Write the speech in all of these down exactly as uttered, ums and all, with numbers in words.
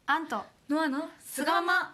アンとノアのすがま。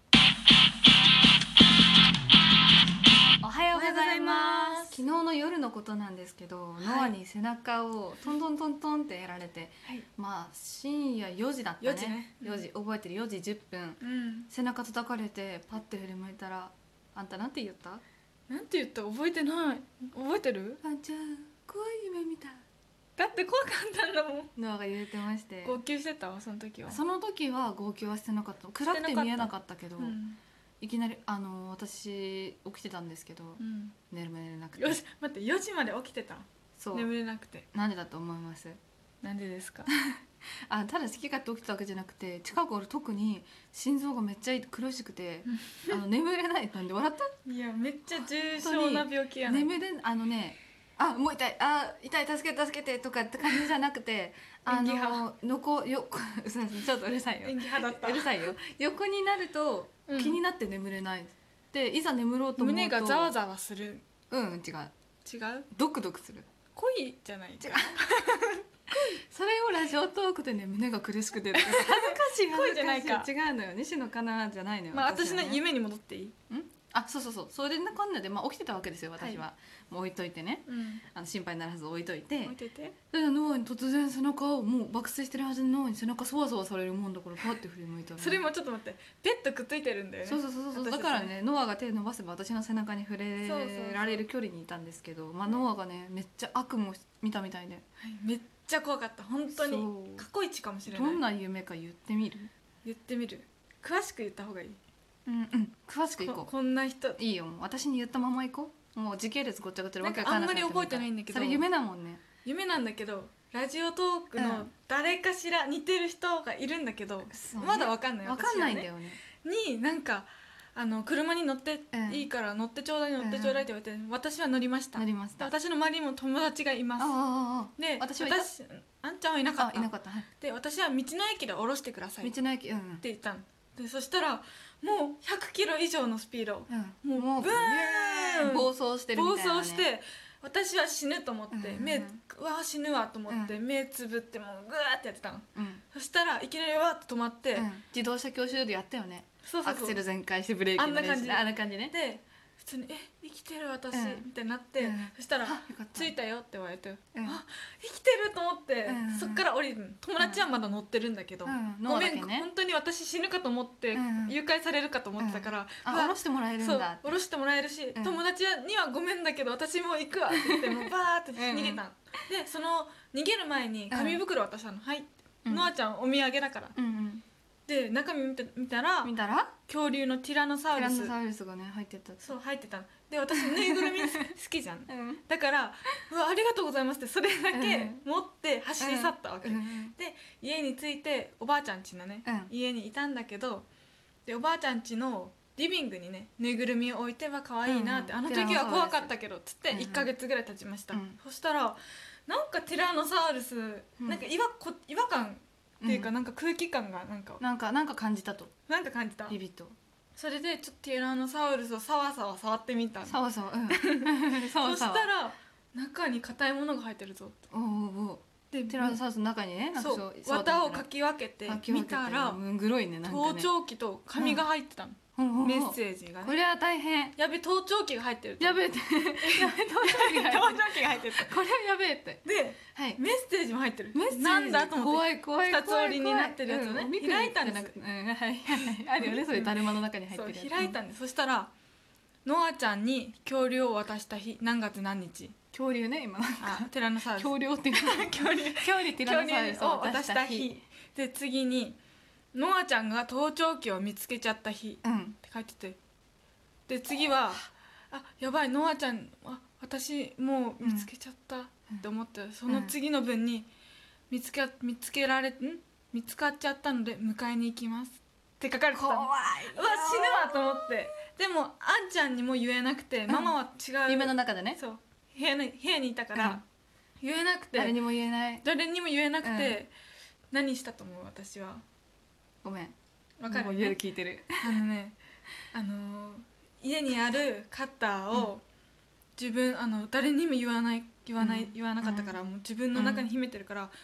おはようございます。 す。 昨日の夜のことなんですけど、 はい、 ノアに背中をトントントントンってやられて、 はい、 まあ深夜よじだったね。 よじね、 よじ、覚えてる。よじじゅっぷん、 うん、 背中叩かれてパッて振り向いたら、あんたなんて言った？ なんて言った覚えてない。覚えてる？ あんちゃん怖い夢見た。 だって怖かったんだもん。 ノアが言ってまして、 号泣してたわその時は。 その時は号泣はしてなかった。暗くて見えなかったけど、 うん、 いきなりあの私起きてたんですけど、 うん、 寝る寝れなくて。 よし待ってよじまで起きてた。 そう眠れなくて。 なんでだと思います？ なんでですか？ あ、ただ好き勝手起きてたわけじゃなくて、近く俺特に心臓がめっちゃ苦しくてあの眠れない。なんで笑った？ いやめっちゃ重症な病気やな。 眠れあのねあもう痛いあ痛い助けて助けてとかって感じじゃなくてあ演技派ののこよすいませんちょっとうるさいよ演技派だった。 うるさいよ。横になるとうん気になって眠れない、でいざ眠ろうと思うと胸がざわざわする。 うん違う違う？ ドクドクする。 恋じゃない？違う。 それをラジオトークでね胸が苦しくて恥ずかしい恥ずかしい恋じゃないか。 違うのよ。西野カナじゃないのよ。 まあ私はねの夢に戻っていい？ んあそうそうそうそれなこんなで、まあ、起きてたわけですよ私は、 はい、 もう置いといてね、 うん、 あの心配にならず置いといて置いてて。 それでノアに突然背中をもう爆睡してるはずのノアに背中そわそわされるもんだからパッて振り向いたら、ね、 それもちょっと待ってベッドくっついてるんだよね。 そうそうそうそうだからねノアが手伸ばせば私の背中に触れられる距離にいたんですけど、まあ、ノアがねめっちゃ悪夢を見たみたいで、 はい、めっちゃ怖かった本当に。過去一かもしれない。 どんな夢か言ってみる？ 言ってみる。詳しく言った方がいい？ うんうん詳しくいこう。 こ, こんな人いいよ私に言ったままいこう。もう時系列ごっちゃごちゃでわけわあかんなくなってんまり覚えてないんだけどそれ夢だもんね。 夢なんだけどラジオトークのうん誰かしら似てる人がいるんだけど、 そうねまだわかんない。 わかんないんだよよね。 になんかあの車に乗ってうんいいから乗ってちょうだい乗ってちょうだいって言われて、私は乗りました。 乗りました。 で私の周りにも友達がいます。 ああああで私はいた私あんちゃんはいなかったあいなかった、はい、 で私は道の駅で降ろしてくださいって道の駅うん言ったので、そしたらもうひゃくキロ以上のスピード、 うん、 もうブーン暴走してるみたいな、ね、 暴走して私は死ぬと思って、 うんうん、 目うわ死ぬわと思って、うん、目つぶってもうグーってやってたの、 うん、 そしたらいきなりわって止まって、うん、 自動車教習でやったよね。 そうそうそうアクセル全開してブレーキあんな感じあんな感じね。 で普通に「え生きてる私」 うんみたいになって、うん、そしたら「着いたよ」って言われて、うん、あ生きてると思って、うん、そっから降りる。友達はまだ乗ってるんだけど、うん、ごめん、ね、本当に私死ぬかと思って、うん、誘拐されるかと思ってたから、 うん、あ降ろしてもらえるんだって。 そう降ろしてもらえるし、うん、友達にはごめんだけど私も行くわって言ってもうバーって逃げた、うん、でその逃げる前に紙袋渡したの、うん、はい、うん、ノアちゃんお土産だから、うんうんで中身見て見たら見たら恐竜のティラノサウルスティラノサウルスがね入ってた。 そう入ってたで私ぬいぐるみ好きじゃん、うん、だからうわありがとうございますってそれだけ持って走り去ったわけ、うん、で家に着いておばあちゃん家のね、うん、家にいたんだけどでおばあちゃん家のリビングにねぬいぐるみを置いては可愛いなって、うん、あの時は怖かったけどっつっていっかげつぐらい経ちました、うん、そしたらなんかティラノサウルス、うん、なんか違和こ違和感っていうか、なんか空気感がなんかなんかなんか感じたと。 なんか感じたビビッと。 それでちょっとティラノサウルスをさわさわ触ってみた。 さわさわうんそしたら中に硬いものが入ってるぞって。 おうおうおうでティラノサウルスの中にね、 そう綿をかき分けて見たらグロいねなんかね盗聴器と紙が入ってたの、うん、メッセージがね。 これは大変。 やべ盗聴器が入ってる。 やべえってやべえ盗聴器が入ってるこれはやべえってで、はい、メッセージも入ってる。メッセージなんだと思って怖い怖い二つ折りになってるやつをね、うん、開いたんです。 うんはいはいあるよねそういうだるまの中に入ってるやつ。 そう開いたんです、うん、そしたらノアちゃんに恐竜を渡した日何月何日。 恐竜ね今あティラノサウルス恐竜って恐竜恐竜ティラノサウルスを渡した日で次にノアちゃんが盗聴器を見つけちゃった日って書いてて、で次はあやばいノアちゃんあ私もう見つけちゃったって思って、うん、その次の文に見つけ見つけられん見つかっちゃったので迎えに行きますって書かれてたの。 怖い。うわ死ぬわと思って、でもあんちゃんにも言えなくて、うん、ママは違う夢の中でねそう部屋に部屋にいたから、うん、言えなくて誰にも言えない誰にも言えなくて、うん、何したと思う私は。 ごめんわかる、ね、 もう家で聞いてるあのねあのー、家にあるカッターを自分あの誰にも言わない言わない、うん、言わなかったから、うん、もう自分の中に秘めてるから、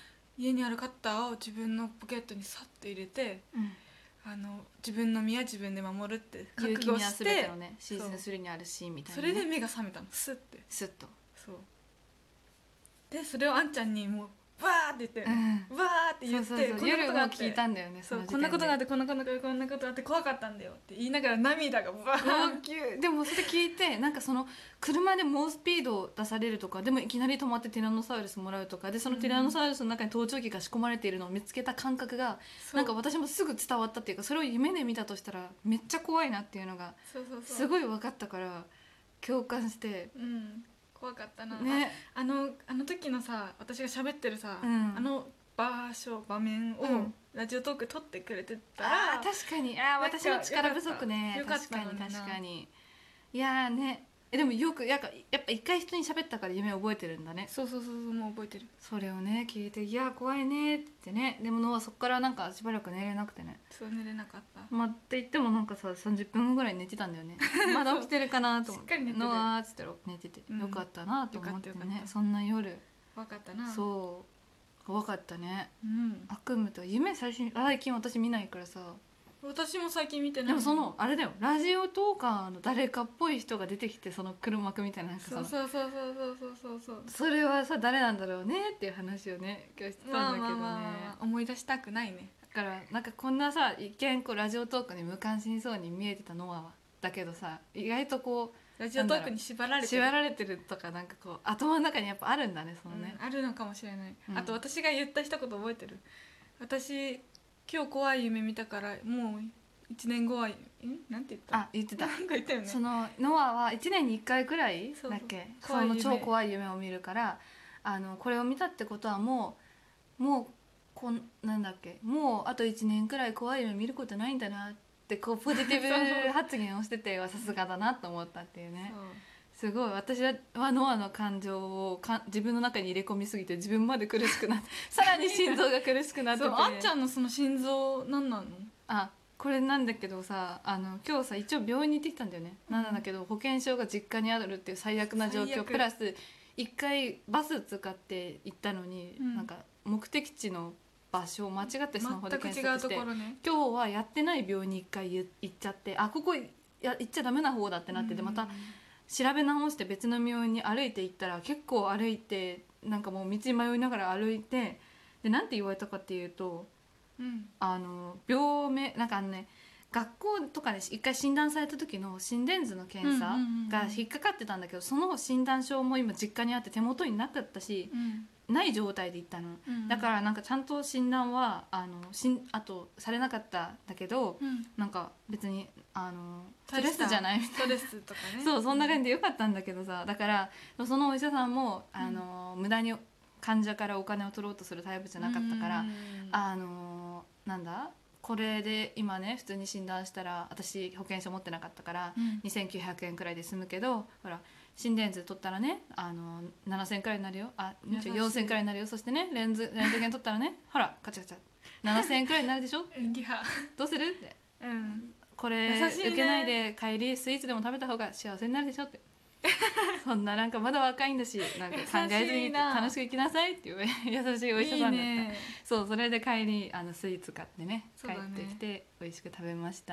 家にあるカッターを自分のポケットにさっと入れて、 うん、 あの自分の身は自分で守るって覚勇気悟してには全てのねシーズンスリーにあるシーンみたいな、ね、 それで目が覚めたのスッてスッとそうでそれをあんちゃんにもうバーって言って、 うん、 バーって言って、 そうそうそう夜も聞いたんだよね。 そうこんなことがあってこんなことがあってこんなことがあって怖かったんだよって言いながら涙がバーでもそれ聞いてなんかその車で猛スピードを出されるとかでもいきなり止まってティラノサウルスもらうとかでそのティラノサウルスの中に盗聴器が仕込まれているのを見つけた感覚が、うん、なんか私もすぐ伝わったっていうかそれを夢で見たとしたらめっちゃ怖いなっていうのがすごい分かったから共感して、 うん、怖かったな、 ね、 あ, あのあの時のさ私が喋ってるさ、 うん、 あの場所場面をラジオトーク撮ってくれてたら、 うん、あ確かにあ私の力不足ねよかった確かに確かにいやーねえでもよくやっぱやっぱ一回人に喋ったから夢覚えてるんだね。 そうそうそうそうもう覚えてるそれをね聞いていや怖いねってねでもノアそっからなんかしばらく寝れなくてねそう寝れなかったまあって言ってもなんかささんじゅっぷんごぐらい寝てたんだよねまだ起きてるかなと思ってノアーっつったら寝てて、うん、よかったなと思ってねそんな夜分かったなそう怖かったね、 うん、 悪夢と夢最初に最近私見ないからさ私も最近見てない。 でもそのあれだよラジオトーカーの誰かっぽい人が出てきてその黒幕みたいななんかそうそうそうそうそうそうそうそれはさ誰なんだろうねっていう話をね今日してたんだけどね、まあまあまあまあ思い出したくないね。 だからなんかこんなさ一見こうラジオトークに無関心そうに見えてたノアはだけどさ意外とこうラジオトークに縛られてる縛られてるとかなんかこう頭の中にやっぱあるんだねそのね、 うん、あるのかもしれない、 うん、 あと私が言った一言覚えてる。私今日怖い夢見たからもういちねんごはんなんて言った？ あ言ってたなんか言ったよね。 そのノアはいちねんにいっかいくらいだっけその超怖い夢を見るからあのこれを見たってことはもうもうこんなんだっけもうあといちねんくらい怖い夢見ることないんだなってこうポジティブ発言をしててさすがだなと思ったっていうね。すごい私はノアの感情をか自分の中に入れ込みすぎて自分まで苦しくなってさらに心臓が苦しくなっててあっちゃんのその心臓何なの？ あこれなんだけどさあの今日さ一応病院に行ってきたんだよね、うん、なんだけど保険証が実家にあるっていう最悪な状況プラス一回バス使って行ったのに、うん、なんか目的地の場所を間違ってスマホで検索して、ね、今日はやってない病院に一回行っちゃってあここや行っちゃダメな方だってなってて、うん、また調べ直して別の病院に歩いて行ったら結構歩いてなんかもう道迷いながら歩いてでなんて言われたかっていうと、うん、あの病名なんかあのね学校とかで一回診断された時の心電図の検査が引っかかってたんだけど、その診断書も今実家にあって手元になかったし、うん、ない状態で行ったの、うん、だからなんかちゃんと診断はあのしんあとされなかったんだけど、うん、なんか別にあのストレスじゃないみたいなストレスとかねそうそんな感じでよかったんだけどさだからそのお医者さんもあの、うん、無駄に患者からお金を取ろうとするタイプじゃなかったから、うん、あのなんだこれで今ね普通に診断したら私保険証持ってなかったから、うん、にせんきゅうひゃくえんくらいで済むけどほら心電図取ったらねあのななせんくらいになるよあよんせんくらいになるよそしてねレンズレントゲン取ったらねほらカチャカチャななせんえんくらいになるでしょどうするって、うん、これ、ね、受けないで帰りスイーツでも食べた方が幸せになるでしょってそんななんかまだ若いんだしなんか考えずに楽しく生きなさいっていう優しいお医者さんだった。いいね、そうそれで帰りあのスイーツ買ってね帰ってきて美味しく食べました。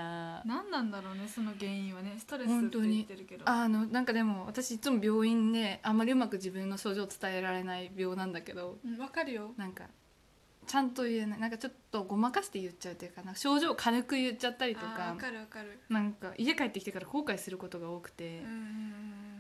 何なんだろうねその原因はねストレスって言ってるけどあのなんかでも私いつも病院であんまりうまく自分の症状を伝えられない病なんだけど、 うん、分かるよなんかちゃんと言えないなんかちょっとごまかして言っちゃうというかな症状を軽く言っちゃったりとか分かる分かるなんか家帰ってきてから後悔することが多くて、うんうん、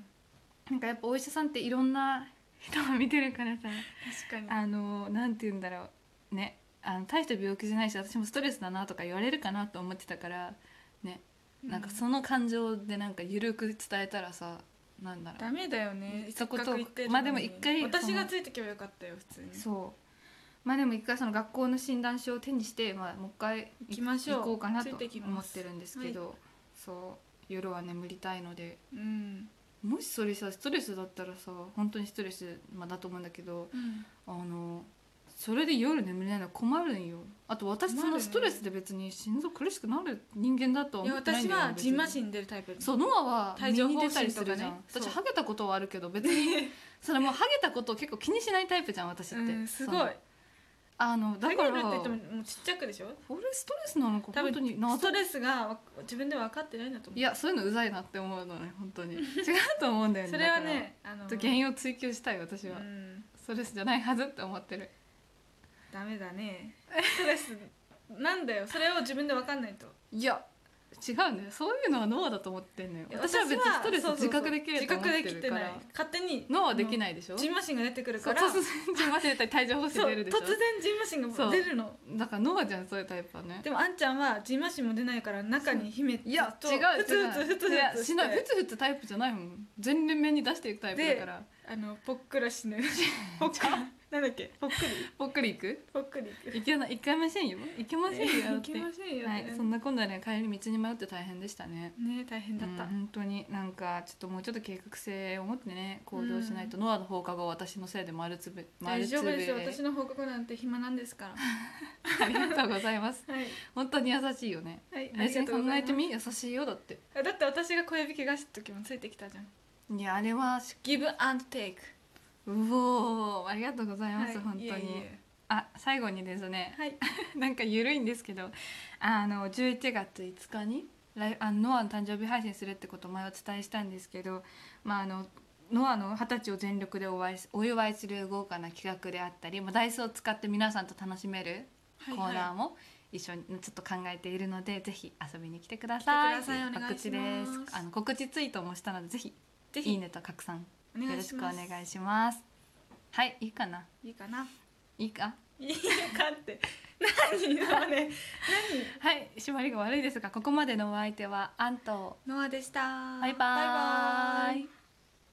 なんかやっぱお医者さんっていろんな人を見てるからさ確かにあのなんて言うんだろうねあの大した病気じゃないし私もストレスだなとか言われるかなと思ってたからね、うん、なんかその感情でなんか緩く伝えたらさなんだろうダメだよね一言まあでも一回私がついてけばよかったよ普通にそうまあでも一回その学校の診断書を手にして、まあ、もう一回行きましょう行こうかなと思ってるんですけど、はい、そう夜は眠りたいので、うん、もしそれさストレスだったらさ本当にストレス、まあ、だと思うんだけど、うん、あのそれで夜眠れないのは困るんよ。あと私そのストレスで別に心臓苦しくなる人間だとは思ってないんだよ。 いや私はジンマシン出るタイプ。 そうノアは目に出たりするじゃん、ね、私ハゲたことはあるけど別にそれもうハゲたことを結構気にしないタイプじゃん私って、 うん、すごいあのだだかから下げるって言ってももうちっちゃくでしょ。 これストレスなのか多分本当にストレスが自分で分かってないんだと思う。 いやそういうのうざいなって思うのね本当に違うと思うんだよね。 それはねあのだから原因を追求したい私は、 うん、 ストレスじゃないはずって思ってる。 ダメだね。ストレスなんだよ。それを自分で分かんないと。 いや違うんだよ、そういうのはノアだと思ってんのよ。私は別にストレス自覚できると思ってるから。 勝手にノアはできないでしょ。 ジンマシンが出てくるから突然ジンマシン出たり帯状疱疹出るでしょ。 突然ジンマシンが出るのだからノアじゃんそういうタイプはね。 でもあんちゃんはジンマシンも出ないから中に秘めていや違う違うふつふつふつふついやしないふつふつタイプじゃないもん。全面面に出していくタイプだから。 あのぽっくら死ぬぽっかなんだっけぽっくりぽっくりいくぽっくりいくいけないいけませんよいけませんよいけませんよ、 はい、そんな今度はね帰り道に迷って大変でしたね。 ね大変だった、 うん、本当になんかちょっともうちょっと計画性を持ってね行動しないと、うん、ノアの放課後私のせいで丸つぶ大丈夫ですよ。私の報告なんて暇なんですからありがとうございます、はい、本当に優しいよね。 はい、 冷静に考えてみ優しいよだってだって私が小指怪我した時もついてきたじゃん。 いやあれはギブアンドテイク。 うおありがとうございます、はい、本当にいえいえ。 あ最後にですね、 はい、 なんか緩いんですけどあのじゅういちがついつかにライあのノアの誕生日配信するってことを前お伝えしたんですけど、まあ、あのノアの二十歳を全力でお祝いお祝いする豪華な企画であったり、まあ、ダイスを使って皆さんと楽しめるコーナーも一緒にちょっと考えているので、はいはい、ぜひ遊びに来てください。 来てください。お願いします。 告知です。あの告知ツイートもしたのでぜひぜひいいねと拡散よろしくお願いします。はい、いいかな。 いいかな。 いいか。 いいかって何のね何。はい、締まりが悪いですが、ここまでのお相手はアンとノアでした。 バイバーイ。バイバーイ。